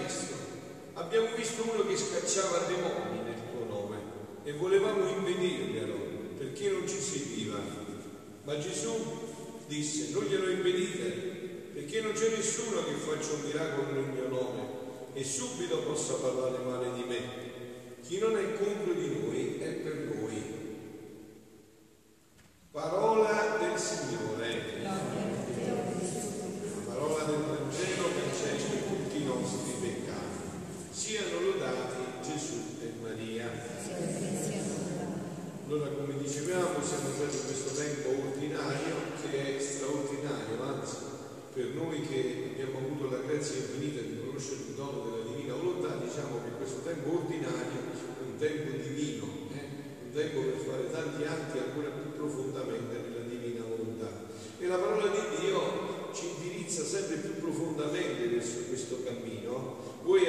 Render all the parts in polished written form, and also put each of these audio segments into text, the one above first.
Maestro, abbiamo visto uno che scacciava demoni nel tuo nome e volevamo impedirglielo perché non ci seguiva. Ma Gesù disse: non glielo impedite, perché non c'è nessuno che faccia un miracolo nel mio nome e subito possa parlare male di me. Chi non è contro di noi è per noi. Parola del Signore. La parola del Vangelo cancella tutti i nostri peccati. Siano lodati Gesù e Maria. Allora, come dicevamo, siamo entrati in questo tempo ordinario che è straordinario, anzi, per noi che abbiamo avuto la grazia infinita di conoscere il dono della divina volontà, diciamo che questo tempo ordinario è un tempo divino, un tempo per fare tanti atti ancora più profondamente nella divina volontà. E la parola di Dio ci indirizza sempre più profondamente verso questo cammino. Voi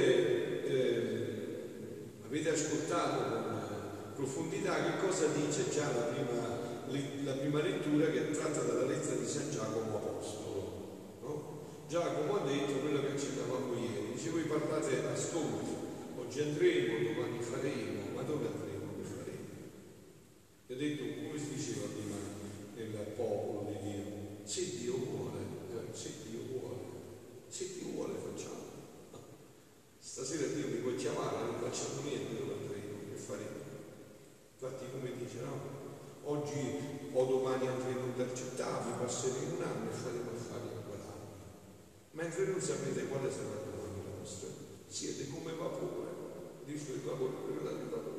avete ascoltato con profondità che cosa dice già la prima lettura, che è tratta dalla lettera di San Giacomo Apostolo, no? Giacomo ha detto quello che citavamo ieri, dice: voi parlate a stolti, oggi andremo, domani faremo, ma dove andremo, che faremo? E ha detto, come si diceva prima nel popolo di Dio, se Dio vuole, se Dio vuole facciamo. Stasera Dio mi può chiamare, non facciamo niente, dove andremo, che faremo? Infatti, come dice, no? Oggi o domani andremo per città, vi passeremo un anno e faremo affari ancora anni. Mentre non sapete quale sarà domani la vostra, siete come vapore, dice il vapore, ricordate il vapore?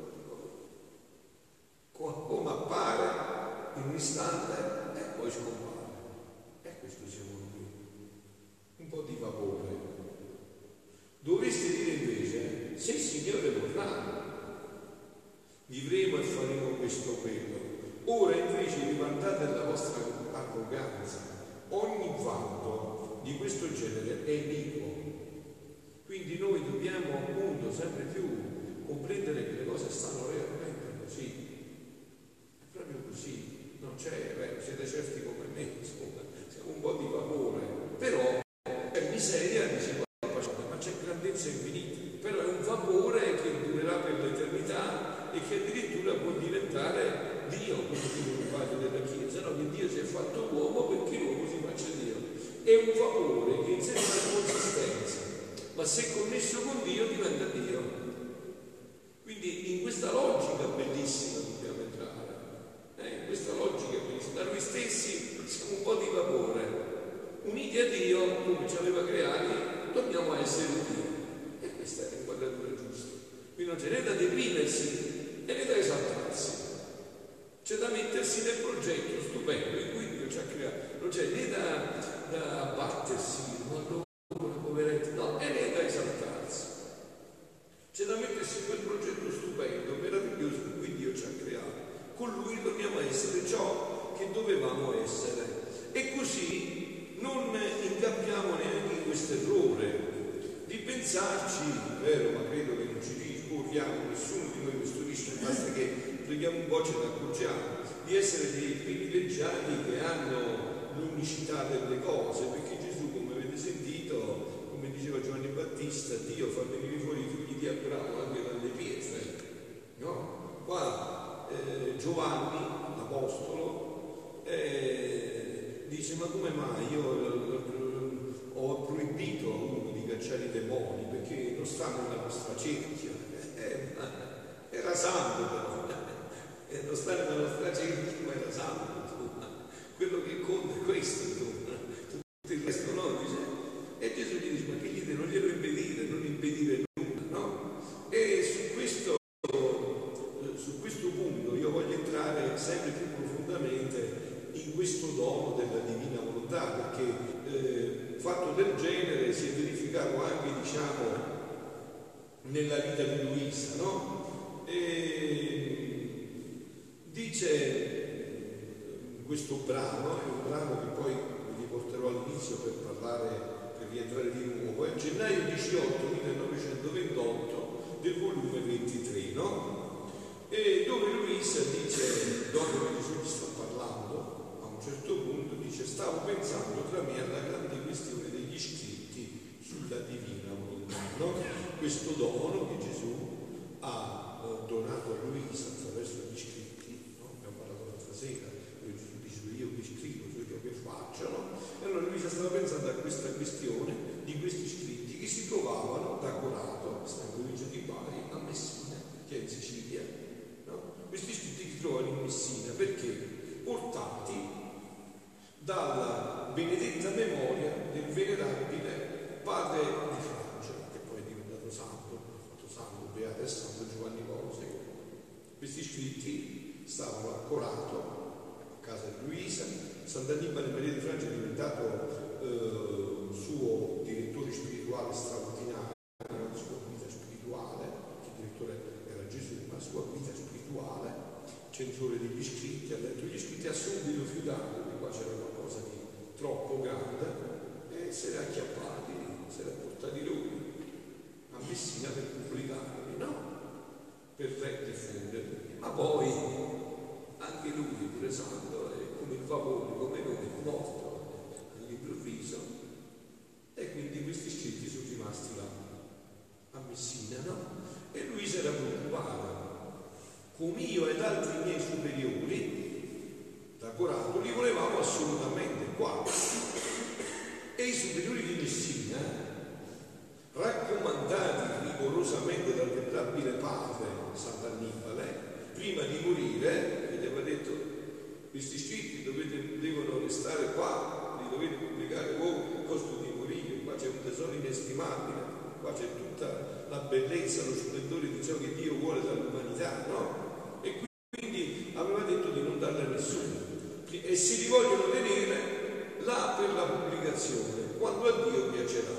Come appare in un istante e poi scompare. E questo siamo noi, un po' di vapore. Dovreste dire invece: se il Signore vorrà, vivremo e faremo questo o quello. Ora invece riguardate la vostra arroganza. Ogni vanto di questo genere è iniquo. Quindi noi dobbiamo appunto sempre più comprendere che le cose stanno realmente così. È proprio così. Non c'è, siete certi come me, insomma, siamo un po' di vapore. Però è miseria, dice, ma c'è grandezza infinita. Però è un vapore che durerà per l'eternità e che addirittura può diventare Dio, come dice il padre della Chiesa, no? Che Dio si è fatto uomo perché l'uomo si faccia Dio. È un vapore che in sé non ha consistenza, ma se connesso con Dio diventa Dio. Quindi in questa logica bellissima dobbiamo entrare, in questa logica bellissima. Da noi stessi siamo un po' di vapore, uniti a Dio come ci aveva creati, dobbiamo essere Dio. E questa è l'inquadratura giusta. Quindi non c'è né da deprimersi né da esaltarsi. C'è da mettersi nel progetto stupendo in cui Dio ci ha creato, non c'è né da abbattersi, ma poveretti, no, e né da esaltarsi. C'è da mettersi in quel progetto stupendo, meraviglioso in cui Dio ci ha creato. Con Lui dobbiamo essere ciò che dovevamo essere. E così non incappiamo neanche in questo errore di pensarci, vero, ma credo che non ci ricordiamo, nessuno di noi costruisce, basta che preghiamo un po', ce ne accorgiamo, di essere dei privilegiati che hanno l'unicità delle cose, perché Gesù, come avete sentito, come diceva Giovanni Battista, Dio fa venire fuori i figli di Abramo anche dalle pietre, no? Qua Giovanni, l'Apostolo, dice: ma come mai io ho proibito a uno di cacciare i demoni, perché non sta nella nostra cerchia? Era santo però, non sta nella nostra cerchia, ma era santo. Quello che conta è questo, tutto il resto no, dice. E Gesù gli dice: ma che gli non glielo impedire, non impedire nulla, no? E su questo punto io voglio entrare sempre più profondamente in questo dono della divina volontà, perché fatto del genere si è verificato anche, diciamo, nella vita di Luisa, no? E dice questo brano, è un brano che poi vi porterò all'inizio per rientrare di nuovo, è gennaio 18 1928 del volume 23, no? E dove Luisa dice, dopo che Gesù gli sta parlando, a un certo punto dice: stavo pensando tra me alla grande questione degli scritti sulla divina volontà. no? Questo dono che Gesù ha donato a Luisa attraverso gli scritti, no? Abbiamo parlato l'altra sera, Gesù dice io vi scrivo ciò che faccio, no? E allora Luisa stava pensando a questa questione di questi scritti che si trovavano da Corato, sta in provincia di Bari, a Messina, che è in Sicilia, no? Questi scritti si trovano in Messina perché portati dalla benedetta memoria del venerabile padre di Francia, che poi è diventato santo, ha fatto santo, beato e santo Giovanni Paolo II. Questi scritti stavano a Corato, a casa di Luisa. Sant'Annibale Maria di Francia è diventato suo direttore spirituale straordinario, la sua vita spirituale, il direttore era Gesù, la sua vita spirituale, censore degli scritti, ha letto gli scritti, ha subito fiutato che qua c'era qualcosa di troppo grande e se li ha acchiappati, se li ha portati lui a Messina per pubblicarli, no? Per diffonderli. Ma poi anche lui, pure santo, è come il vapore, come noi, è morto all'improvviso, e quindi questi scritti sono rimasti là a Messina, no? E lui si era preoccupato. Come io ed altri miei superiori da Corato li volevamo assolutamente qua, e i superiori di Messina, raccomandati rigorosamente dal venerabile padre Sant'Annibale, prima di morire gli aveva detto: questi scritti devono restare qua, li dovete pubblicare voi a costo di morire, qua c'è un tesoro inestimabile, qua c'è tutta la bellezza, lo splendore di ciò che Dio vuole dall'umanità, no? E quindi aveva detto di non darle a nessuno, e si li vogliono tenere là per la pubblicazione quando a Dio piacerà.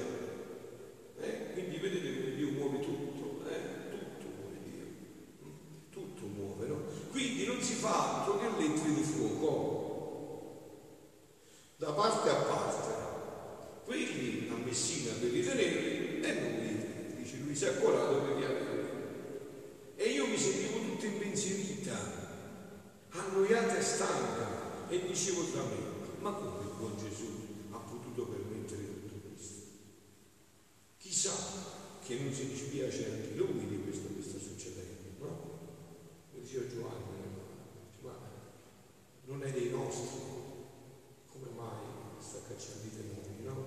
Quindi vedete come Dio muove tutto, tutto muove Dio, tutto muove, no? Quindi non si fa altro che lettere di fuoco da parte a parte, quelli a Messina per ritenerli e noi, dice lui, si è accorato per gli altri. E io mi sentivo tutta impensierita, annoiata e stanca, e dicevo tra me: ma come il buon Gesù ha potuto permettere tutto questo? Chissà che non si dispiace anche lui di questo che sta succedendo, no? Lo diceva Giovanni, ma non è dei nostri, come mai sta cacciando i demoni, no?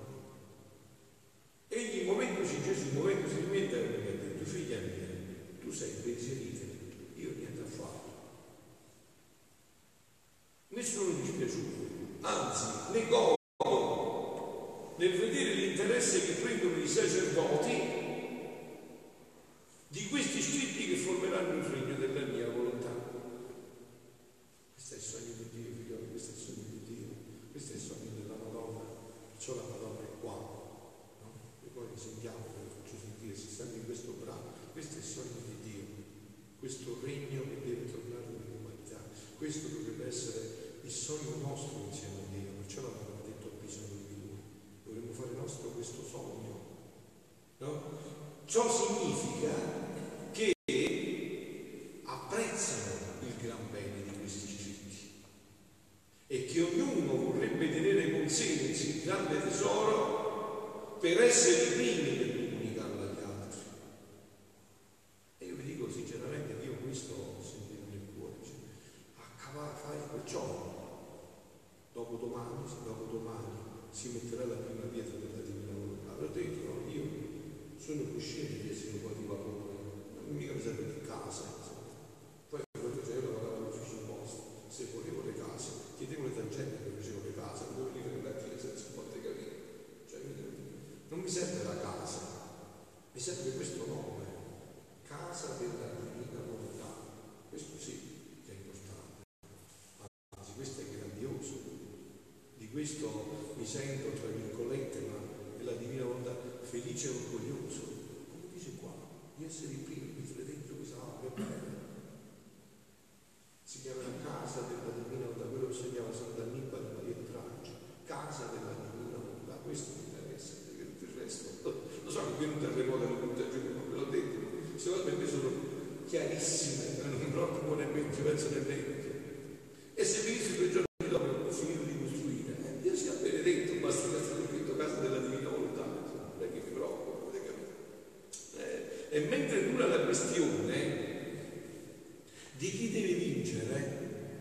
Egli, Gesù, muovendosi di mente, mi ha detto: figlia mia, tu sei impensierita, io niente affatto. Nessuno è dispiaciuto, anzi, ne godo nel vedere l'interesse che prendono i sacerdoti di questi scritti che formeranno il regno della mia volontà. Questo è il sogno di Dio, figlioli, questo è il sogno di Dio, questo è il sogno della Madonna, perciò la Madonna è qua, no? E poi sentiamo, ve lo faccio sentire, si stanno in questo brano, questo è il sogno di Dio, questo regno che deve tornare nell'umanità, questo dovrebbe essere il sogno nostro insieme a Dio, perciò la Madonna ha detto: ho bisogno di Lui, dovremmo fare nostro questo sogno, no? Ciò significa che apprezzano il gran bene di questi scritti e che ognuno vorrebbe tenere con sé il grande tesoro per essere i primi per comunicarlo agli altri. E io vi dico sinceramente che io questo ho sentito nel cuore, fai perciò dopodomani si metterà la prima pietra della divina volontà. L'ho detto, no? Io sono cosciente di essere un po' di vapore, non mica mi serve di casa, insomma. Poi quando io lavoravo all'ufficio posto, se volevo le case, chiedevo le tangenti che facevo le case, non dovevo venire nella chiesa senza un po' di capire. Cioè, non mi serve la casa, mi serve questo nome, casa della divina volontà. Questo sì che è importante, anzi questo è grandioso, di questo mi sento, tra virgolette, ma della divina volontà, felice e orgoglioso, come dice qua, di essere i primi, mi credendo che sarà bene. Si chiama la casa della divina volontà, quello che segnava Sant'Annibale Maria di Francia, casa della divina volontà. Questo mi interessa, perché tutto il resto lo so che qui non terremoto lo butta giù, ma ve l'ho detto, queste cose per me sono chiarissime, non proprio nemmeno ci penso nemmeno. E se venisse 2 giorni dopo ho finito di costruire, Dio sia benedetto, basta che sia scritto casa della divina volontà, non è che mi preoccupo, avete capito? E mentre dura la questione di chi deve vincere,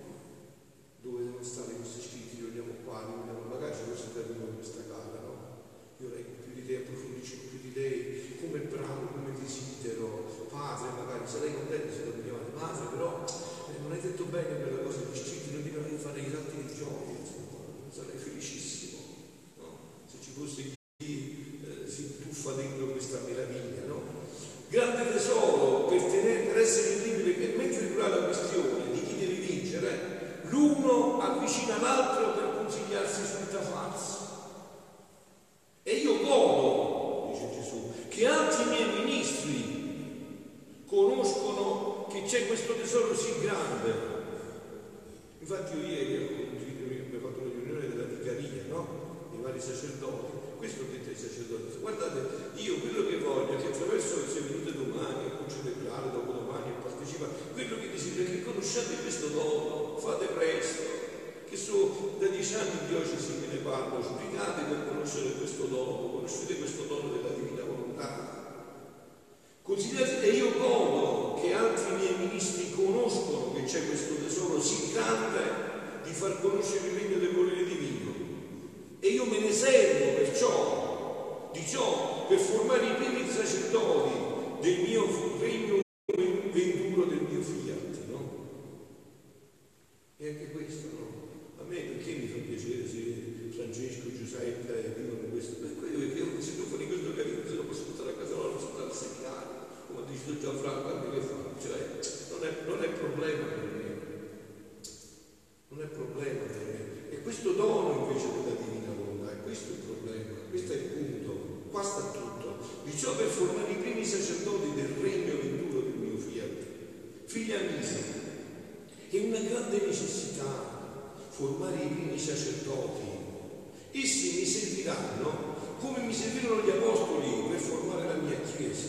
dove devono stare questi scritti, li vogliamo qua, li vogliamo magari ci fosse capito questa gara, no? Io leggo più di te, approfondisco più di te, come bravo, come desidero, padre, magari sarei contento se lo mi chiamate padre, però non hai detto bene quella cosa degli scritti, non devi fare i salti di gioia, sarei felicissimo, no? Se ci fosse chi si tuffa dentro questa meraviglia, no? Grande tesoro per essere liberi, che mentre dura la questione di chi deve vincere, l'uno avvicina l'altro per consigliarsi sul da farsi. E io godo, dice Gesù, che altri miei ministri conoscono che c'è questo tesoro sì grande. Infatti io ieri abbiamo fatto una riunione della vicaria, no? I vari sacerdoti. Questo ho detto ai sacerdoti: guardate, io quello che voglio è che attraverso, se venite domani a celebrare, dopodomani a partecipare, quello che desidero è che conosciate questo dono, fate presto, che da 10 anni in diocesi me ne parlo, spiegate per conoscere questo dono, conoscete questo dono della divina volontà. Considerate, e io godo che altri miei ministri conoscono che c'è questo tesoro sì grande di far conoscere il regno del volere divino. E io me ne servo perciò di ciò per formare i primi sacerdoti del mio regno venturo, del mio fiat, no? E anche questo, no? A me perché mi fa piacere se Francesco, Giuseppe vivono questo? Perché io se tu fai questo carino, se lo posso portare a casa, non lo posso portare a segnare, come ha detto Gianfranco, guarda che fa, cioè non è problema per me, non è problema per me. E questo dono invece della divina volontà, e questo è il problema, questo è il punto, qua sta tutto. Di ciò per formare i primi sacerdoti del regno venturo del mio fiat. Figlia mia, è una grande necessità formare i primi sacerdoti. Essi mi serviranno come mi servirono gli apostoli per formare la mia chiesa.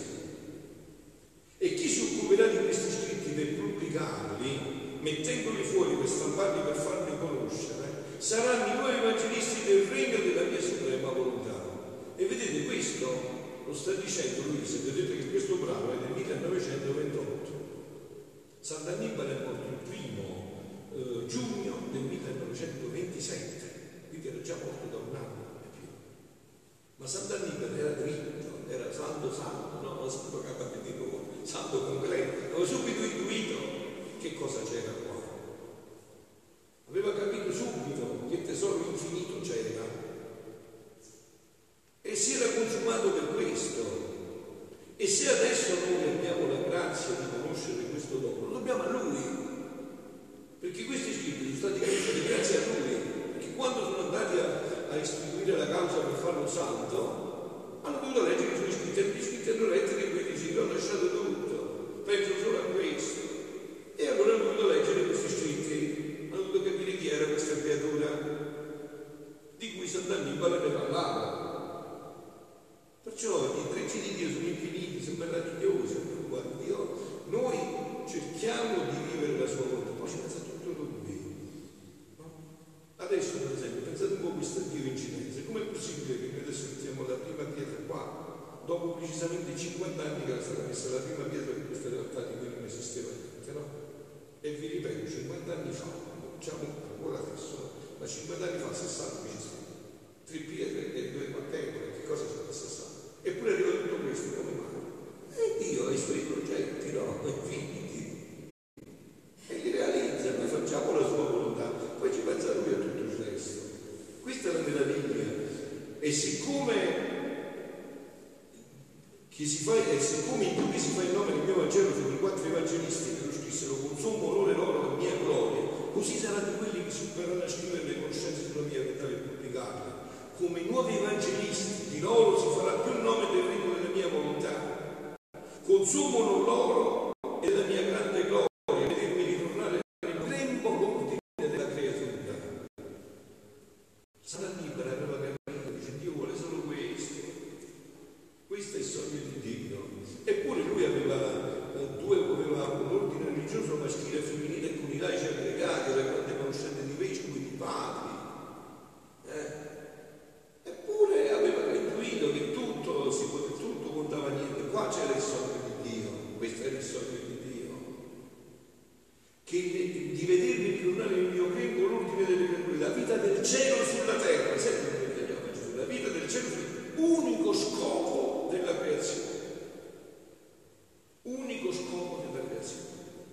E chi si occuperà di questi scritti per pubblicarli, mettendoli fuori per stamparli, per farli conoscere, saranno i nuovi evangelisti del regno della mia suprema volontà. E vedete, questo lo sta dicendo Luisa, vedete che questo brano è del 1928. Sant'Annibale è morto il 1° giugno del 1927, quindi era già morto da un anno e più. Ma Sant'Annibale era dritto, era santo, no? Lo santo capace di noi, santo concreto, aveva subito intuito che cosa c'era qua. Aveva capito subito che tesoro infinito c'era e si era consumato per questo. E se adesso noi abbiamo la grazia di conoscere questo dono, lo dobbiamo a Lui, perché questi scritti sono stati conosciuti grazie a Lui, perché quando sono andati a istituire la causa per farlo santo, hanno dovuto leggere i suoi scritti, e gli scritti hanno letto che lui dice: io ho lasciato tutto, penso solo a questo. E allora hanno dovuto leggere questi scritti, hanno dovuto capire chi era questa creatura di cui Sant'Annibale ne parlava. Perciò i trecci di Dio sono infiniti, sono meravigliosi. Guarda, noi cerchiamo di vivere la sua volontà, poi ci pensa tutto Lui. No? Adesso, per esempio, pensate un po' questo Dio in cinese. Com'è possibile che noi adesso mettiamo la prima pietra qua, dopo precisamente 50 anni che era stata messa la prima pietra di questa realtà di cui non esisteva niente, no? E vi ripeto, 50 anni fa, diciamo ancora adesso, ma 50 anni fa 60 ci sono 3 pietre e 2 battevole, che cosa c'è da 60? Eppure arriva tutto questo, come mai? E Dio ha i suoi progetti, no? Infiniti. E li realizza, noi facciamo la sua volontà, poi ci pensa Lui a tutto il resto. Questa è la meraviglia. E siccome in tutti si fa il nome del mio Vangelo sono i 4 evangelisti che lo scrissero con sommo onore loro la mia gloria, così saranno quelli che supereranno a scrivere le conoscenze sulla mia verità e pubblicarle. Come nuovi evangelisti, di loro si farà più il nome del regno della mia volontà. Consumano loro e la mia grande gloria, vedermi ritornare nel grembo confine della creatura. Sant'Annibale aveva capito, dice: Dio vuole solo questo. Questo è il sogno di Dio. Eppure lui aveva un ordine religioso maschile e femminile e con i laici aggregati, la grande conoscenza di vescovi, di padri. Eppure aveva intuito che tutto contava niente. Qua c'era il sogno di questo era il sogno di Dio, di vedermi ritornare nel mio regno l'ordine delle creature, la vita del cielo sulla terra, sempre la vita del cielo, unico scopo della creazione, unico scopo della creazione.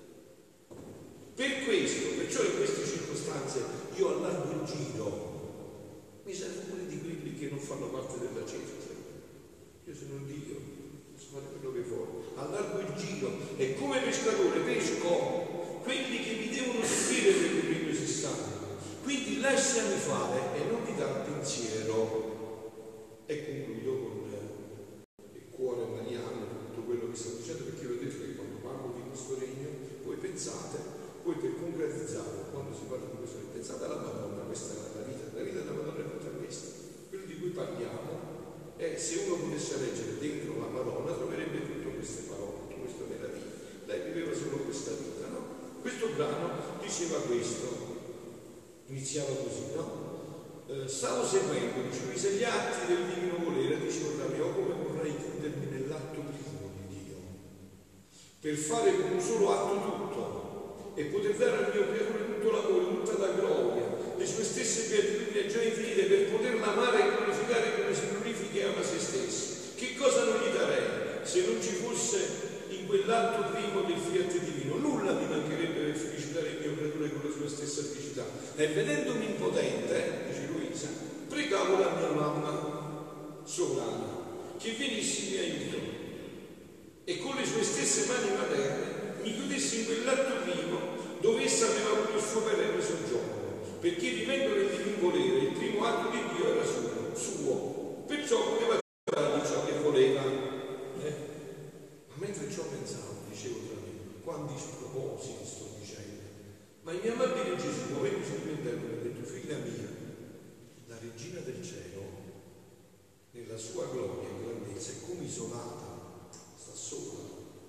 Per questo, perciò in queste circostanze io allargo il giro, mi servo pure di quelli che non fanno parte della cerchia. Io sono Dio, posso fare quello che voglio, allargo il giro e come pescatore pesco quelli che mi devono seguire per il regno sessante. Quindi lasciami fare e non ti dà pensiero. E concludo con il cuore mariano, tutto quello che sto dicendo, perché vi ho detto che quando parlo di questo regno, voi pensate, poi per concretizzare, quando si parla di questo regno, pensate alla Madonna, questa è la vita della Madonna è tutta questa. Quello di cui parliamo è, se uno potesse leggere dentro la Madonna, troverebbe tutte queste parole, tutte queste meraviglie. Lei viveva solo questa vita, no? Questo brano diceva questo, iniziava così, no? Stavo seguendo, se gli atti del divino volere, dicevo tra me, come vorrei chiudermi nell'atto primo di Dio, per fare con un solo atto tutto e poter dare al mio creatore tutto l'amore, tutta la gloria, le sue stesse beatitudini e gioie infinite, per poterla amare e glorificare come si glorifica e ama se stesso. Che cosa non gli darei se non ci fosse in quell'atto primo del fiat divino? Nulla mi mancherebbe per felicitare il mio creatore con la sua stessa felicità. E vedendomi impotente, dice Luisa, pregavo la mia mamma sovrana che venisse in mio aiuto e con le sue stesse mani materne mi chiudesse in quell'atto primo dove essa aveva avuto il suo perenne soggiorno, perché vivendo nel divino volere il primo atto di Dio era suo, perciò poteva fare ciò che voleva. Ma mentre ciò pensavo, dicevo tra me, quanti spropositi sto dicendo. Ma il mio amabile Gesù, muovendosi di me mi ha detto, figlia mia, la regina del cielo, nella sua gloria e grandezza, è come isolata, sta sola.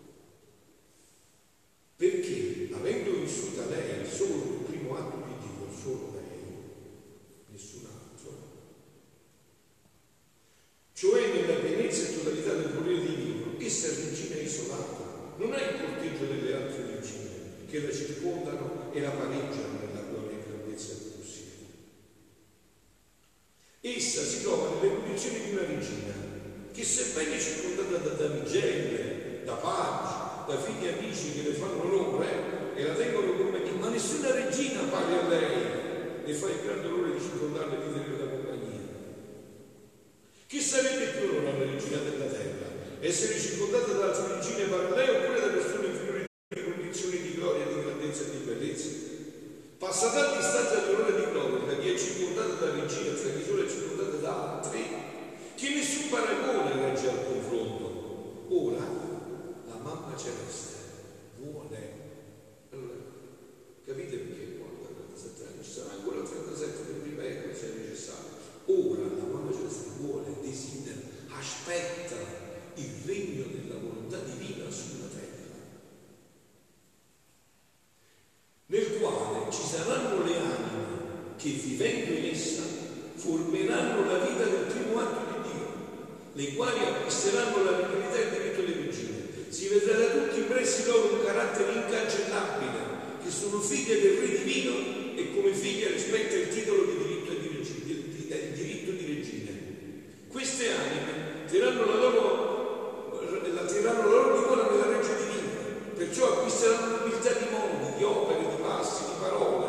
Perché, avendo vissuta lei solo il primo atto di Dio, solo lei, nessun altro, cioè nella pienezza e totalità del volere divino, essa è regina isolata, non ha il corteggio delle altre regine che la circondano e la pareggiano nella gloria e grandezza che possiede. Essa si trova nelle condizioni di una regina che, sebbene circondata da damigelle, da pagi, da figli e amici che le fanno onore e la tengono come, ma nessuna regina pari a lei le fa il grande onore di circondarla e di tenere la compagnia. Chi sarebbe più onore alla regina della terra? Essere circondata da altre regine pari a lei oppure da persone inferiori di condizioni di gloria, di grandezza e di bellezza? Passa tanti istanti all'onore di gloria da chi è circondata da regine, tra chi solo è circondata da altri, che nessun paragone regge al confronto. Ora la mamma celeste vuole, allora, capite perché qua da 37 anni ci sarà ancora 37 per ripetere se è necessario. Ora la mamma celeste vuole, desidera, aspetta il regno della volontà divina sulla terra, nel quale ci saranno le anime che vivendo in essa formeranno la vita del primo atto di Dio, le quali acquisteranno la dignità e il diritto di regina. Si vedrà da tutti impressi loro un carattere incancellabile, che sono figlie del Re divino e come figlie rispetta il titolo di diritto e di regina, il diritto di regine. Queste anime terranno la loro dimora nella reggia divina, perciò acquisteranno nobiltà di mondi, di opere, di passi, di parole.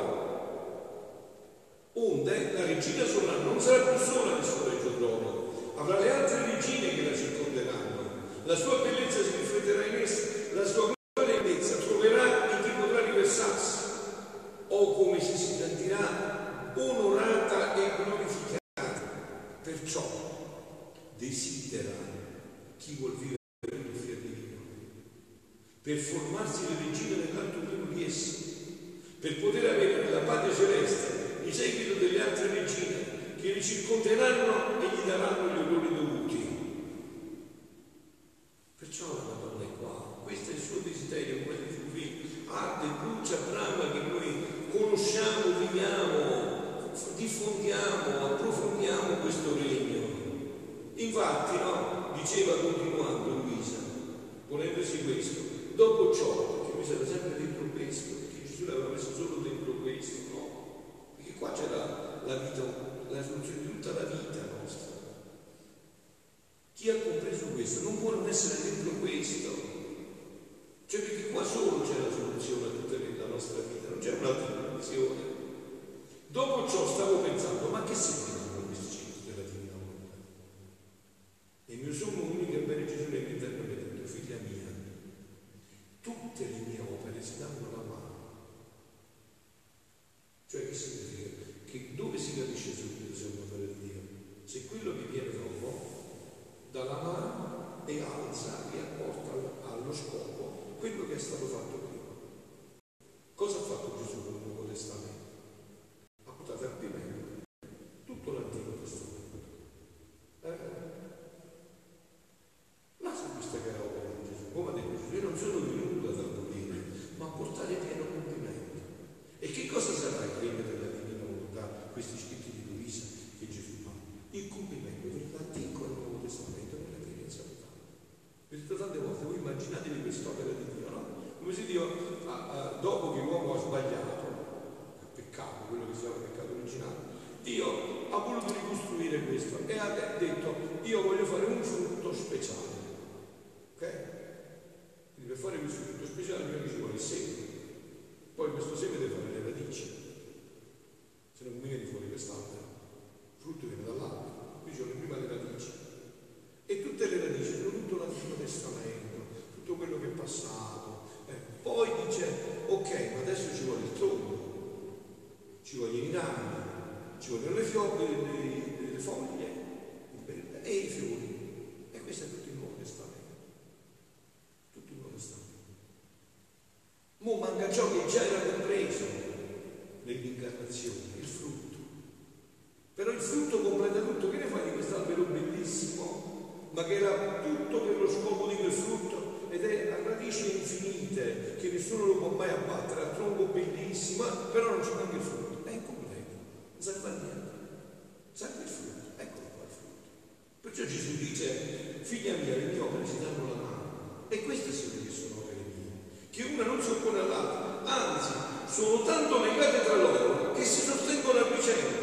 Onde la regina sovrana non sarà più sola nel suo regio trono, avrà le altre regine che la circonderanno. La sua bellezza si rifletterà in essa, la sua gloria e bellezza troverà in chi potrà riversarsi, o come si sentirà onorata e glorificata. Perciò desidera chi vuol vivere nel fiat divino, per formarsi le regine nell'atto primo di essa, per poter avere nella patria celeste il seguito delle altre regine che li circonderanno e gli daranno gli onori dovuti. Perciò la Madonna è qua, questo è il suo desiderio, come dice qui, arde, brucia, brama, che noi conosciamo, viviamo, diffondiamo, approfondiamo questo regno. Infatti, no, diceva continuando Luisa, ponendosi questo, ciò, che lui sarà sempre dentro questo, perché Gesù l'aveva messo solo dentro questo, no? Perché qua c'era la vita, la soluzione di tutta la vita nostra. Chi ha compreso questo non può non essere dentro questo, cioè perché qua solo c'è la soluzione a tutta la nostra vita, non c'è un'altra soluzione. Dopo ciò stavo pensando, ma che significano questi cicli della divina volontà? E il mio sommo unico e bene Gesù nel mio interno mi ha detto, figlia mia, tutte le mie opere si danno la mano. Cioè che significa? Che dove si capisce subito se è un'opera di Dio? Se quello che viene dopo dà la mano e alza e apporta allo scopo quello che è stato fatto prima. Cosa ha fatto Gesù con il Nuovo Testamento? Ha portato a compimento tutto l'Antico Testamento. Là si è vista che era opera di Gesù. Come ha detto Gesù, io non sono venuto ad abolire, ma a portare pieno compimento. E che cosa sarà il regno della divina volontà, questi scritti di Luisa che Gesù fa? Il compimento dell'Antico e il Nuovo Testamento nella pienezza totale. Vi ho detto tante volte, voi immaginatevi quest'opera di Dio, no? Come se Dio, dopo che l'uomo ha sbagliato, ha peccato, quello che si chiama peccato originale, Dio ha voluto ricostruire questo e ha detto, io voglio fare un frutto speciale. Ok? Quindi per fare questo frutto speciale prima che ci vuole il seme. Poi questo seme deve fare le radici, se non viene fuori quest'albero, il frutto viene dall'albero, qui ci sono prima le radici. E tutte le radici sono tutto l'Antico Testamento, tutto quello che è passato. Poi dice, ok, ma adesso ci vuole il tronco, ci vogliono i rami, ci vogliono le foglie e i fiori. E questo è tutto il Nuovo Testamento. Tutto il Nuovo Testamento. Mo manca ciò che già era compreso nell'incarnazione, il frutto. Però il frutto completa tutto. Che ne fai di quest'albero bellissimo, ma che era tutto per lo scopo di quel frutto ed è a radici infinite che nessuno lo può mai abbattere, a tronco bellissimo, però non c'è neanche il frutto. È incompleto, non serve a niente. Serve il frutto, eccolo qua il frutto. Perciò Gesù dice, figlia mia, le mie opere si danno la mano. E queste sono che sono opere mie, che una non si oppone all'altra, anzi, sono tanto legate tra loro che si sostengono a vicenda.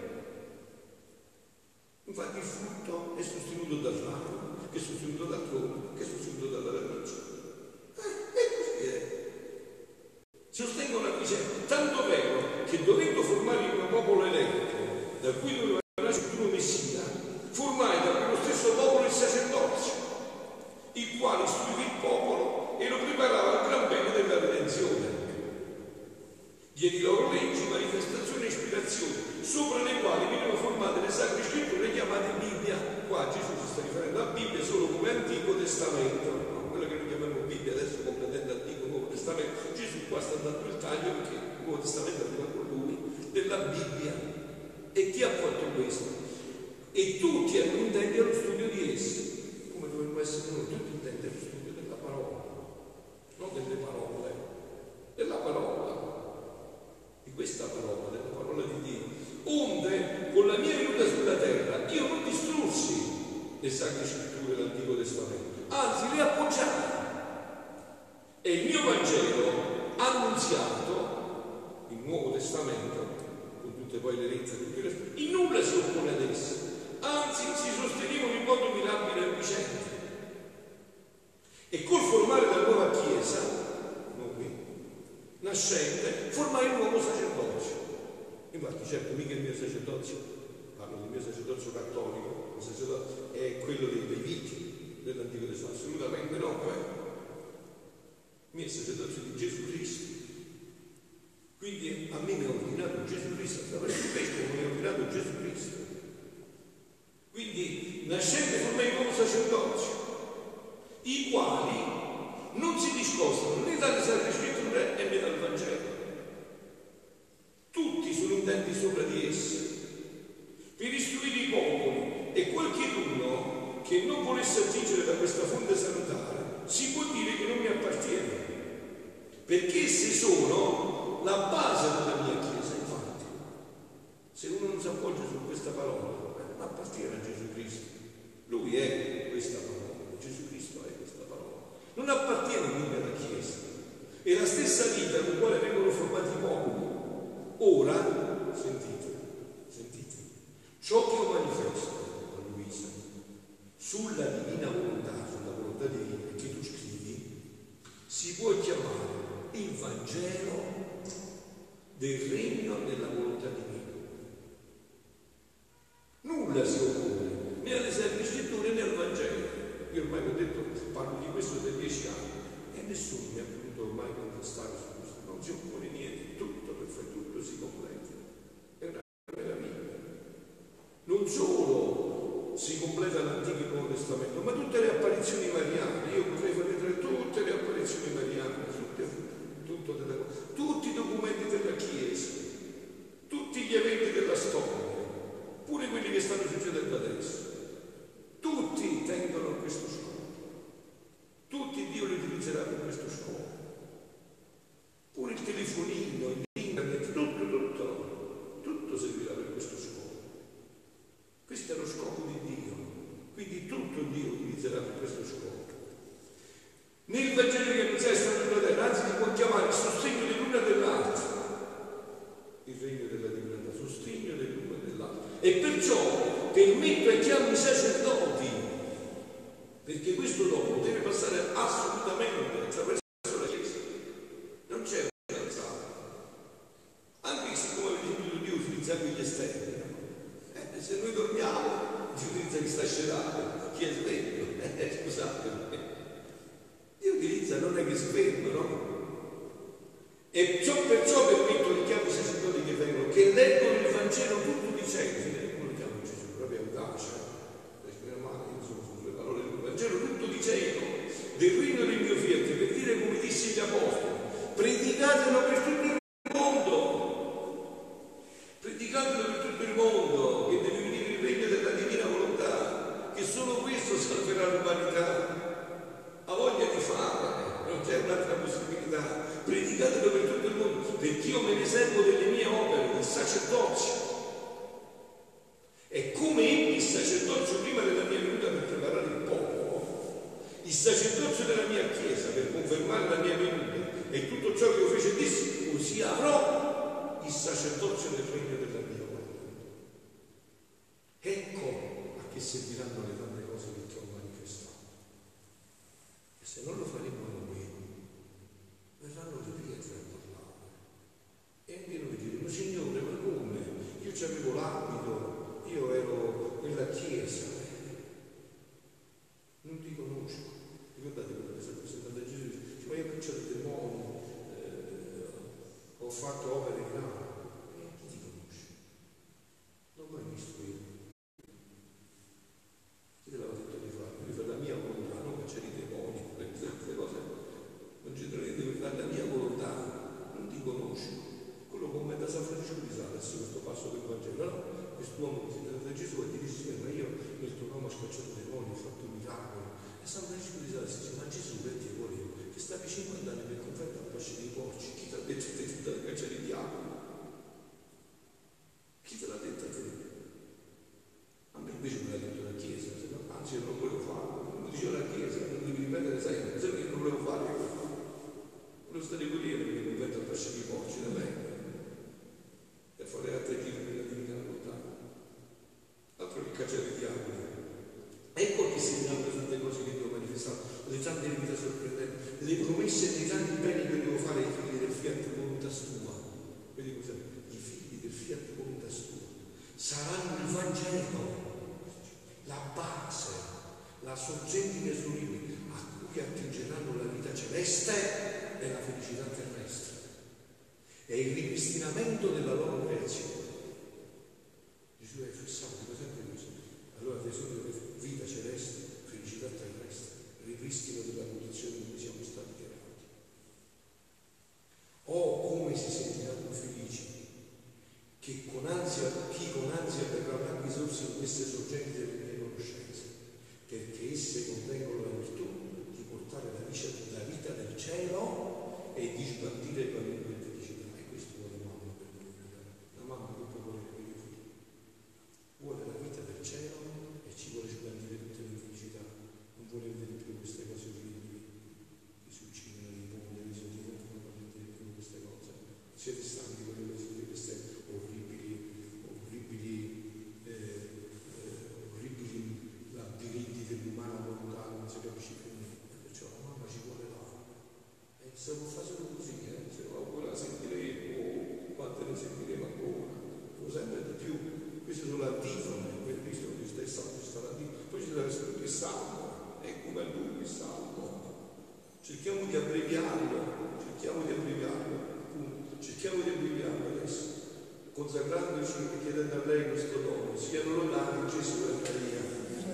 Infatti il frutto è sostenuto dal ramo, che è sostenuto dal tronco, che è sostenuto dalla radice. E così è. Si sostengono a vicenda, tanto vero che dovendo formare un popolo eletto, da cui doveva nascere il primo Messia, formai da quello stesso popolo il sacerdozio, il quale istruiva il popolo e lo preparava al gran bene della redenzione. Diedi loro leggi, manifestazioni e ispirazioni, sopra le quali venivano formate le sacre scritture chiamate Bibbia. Qua Gesù si sta riferendo a Bibbia solo come Antico Testamento, no? Quello che noi chiamiamo Bibbia adesso comprendendo Antico e Nuovo Testamento. Gesù qua sta dando il taglio perché il Nuovo Testamento arriva con lui, della Bibbia. E chi ha fatto questo? E tutti erano intenti allo studio di essi, come dovremmo essere noi, tutti intenti allo studio della parola, non delle parole, della parola. Di questa parola, della parola di Dio, onde con la mia venuta sulla terra io non distrussi le sacre scritture dell'Antico Testamento, anzi le appoggiai, e il mio Vangelo annunziato, il Nuovo Testamento, con tutte poi le lenze, in nulla si oppone ad esse, anzi si sostenevano in modo mirabile e vicente. E col formare la nuova Chiesa, nascente, formai un nuovo sacerdozio. Infatti, certo, mica il mio sacerdozio, parlo del mio sacerdozio cattolico, il sacerdozio è quello dei viti dell'Antico Testamento, assolutamente no, il mio sacerdozio di Gesù Cristo. Quindi a me mi ha ordinato Gesù Cristo, attraverso questo mi ha ordinato Gesù Cristo. Quindi, nascente formai un nuovo sacerdozio, i quali non si discostano né dalle sacre scritture né dal Vangelo. Tutti sono intenti sopra di essi, per istruire i popoli, e qualcheduno che non volesse attingere da questa fonte salutare si può dire che non mi appartiene, perché essi sono la base della mia Chiesa. Infatti, se uno non si appoggia su questa parola, non appartiene a Gesù Cristo. Lui è questa parola, Gesù Cristo è questa parola. Non appartiene quindi alla Chiesa, è la stessa vita con la quale vengono formati i popoli. Ora, sentite, ciò che io manifesto a Luisa sulla divina volontà, sulla volontà divina che tu scrivi, si può chiamare il Vangelo del regno della volontà divina. Nulla si oppone né alle Sagrade Scritture né al Vangelo. Io ormai ho detto, parlo di questo da 10 anni e nessuno mi ha potuto ormai contrastare su questo. Non si oppone niente, tutto perfetto, tutto si completa. È una meraviglia. Non solo si completa l'Antico e il Nuovo Testamento, ma tutte le apparizioni mariane. Io potrei far vedere tutte le apparizioni mariane, tutti i documenti della Chiesa, tutti gli eventi della storia, pure quelli che stanno succedendo adesso. Tutti tendono a questo scopo. Tutti Dio li utilizzerà per questo scopo. Pure il telefonino, l'internet, tutto servirà per questo scopo. Questo è lo scopo di Dio. Quindi tutto Dio utilizzerà per questo scopo. Nel Vangelo che non sei stato sulla terra, anzi si può chiamare il sostegno dell'una e dell'altra. Il regno della divinità, sostegno dell'una e dell'altra. E perciò permetto ai chiami sacerdoti, perché questo dopo deve passare assolutamente attraverso la Chiesa. Non c'è una alzata. Anche siccome avete sentito Dio utilizzare gli esterni, se noi dormiamo, Dio utilizza chi sta scedato, chi è sveglio. Scusate. Dio utilizza, non è che si ferma, no? E ciò perciò permetto ai chiami sacerdoti che vengono, che leggono il Vangelo tutto dicendo, come lo chiamo Gesù, proprio audacia, io sono sulle parole del Vangelo tutto dicendo del regno del mio fiat, per dire come disse gli apostoli, predicatelo per tutto il mondo, predicatelo per tutto il mondo, che deve venire il regno della divina volontà, che solo questo salverà l'umanità. Ha voglia di fare, non c'è un'altra possibilità. Predicatelo per tutto il mondo, perché io me ne servo delle mie opere, del sacerdozio. E come ebbi il sacerdozio prima della mia venuta per preparare il popolo, il sacerdozio della mia Chiesa per confermare la mia venuta e tutto ciò che io fece dissi, così avrò il sacerdozio del regno della mia volontà. Ecco a che serviranno le tante cose che ti ho manifestato. E se non lo faremo noi, verranno le pietre a parlare. E anche noi diremo, Signore, ma come? Io c'avevo l'abito, io ero nella Chiesa. Non ti conosco. Ricordate quando è stato presentato a Gesù? Dice, ma io ho cacciato demoni, ho fatto opere grandi. E chi ti conosce? Non l'ho mai visto io. Chi te l'aveva detto di fare? Devi fare la mia volontà, non cacciare i demoni, queste cose. Non c'è niente, devi fare la mia volontà, non ti conosco. Quello come da San Francesco di Sales, questo passo del Vangelo, no? Quest'uomo che si è da Gesù e ti dice, ma io nel tuo nome ho scacciato demoni, ho fatto miracoli. E San Francesco di Sales dice, ma Gesù che ti volevo? Che stavi 50 anni nel convento a pascere i porci, chi ti ha detto che ti devi cacciare i diavoli? Chi te l'ha detto a te? A me invece me l'ha detto la Chiesa, anzi io non volevo farlo, come diceva la Chiesa, non devi ripetere sempre, sempre che non volevo fare, volevo stare qui nel convento a pascere i porci da me, per fare altre giri della divina volontà, altro che cacciare i diavoli. Ecco che segnano le tante cose che devo manifestare, le tante vite sorprendenti, le promesse dei tanti beni che devo fare ai figli del fiat voluntas tua. Vedi cosa? I figli del fiat voluntas tua saranno il Vangelo, la base, la sorgente inesoribile a cui attingeranno la vita celeste e la felicità terrestre e il ripristinamento della loro creazione. Gesù è fissato sempre così. Allora tesoro della vita celeste, felicità terrestre, ripristino della condizione in cui siamo stati creati. Oh, come si sentiranno felici che chi con ansia verrà a risorse in queste sorgenti delle mie conoscenze, perché esse contengono la virtù di portare la vita del cielo e di sbandire il bambino di felicità. E questo vuole mamma per noi, la mamma che può volere per i figli. Vuole la vita del cielo e ci vuole sbandire tutte le felicità. Non vuole vedere più queste cose orribili che si uccidono, le bombe, le siete stanchi di queste orribili labirinti dell'umana volontà, non si capisce più niente, perciò la mamma ci vuole là. E se non fa solo così, se non ancora sentiremo, quante ne sentiremo ancora, sempre di più. Queste sono antifone, per Cristo è stato poi ci deve essere il salmo, è come lui il salmo. Cerchiamo di abbreviarlo, adesso, consacrandoci e chiedendo a lei questo dono. Siano lodati Gesù e Maria.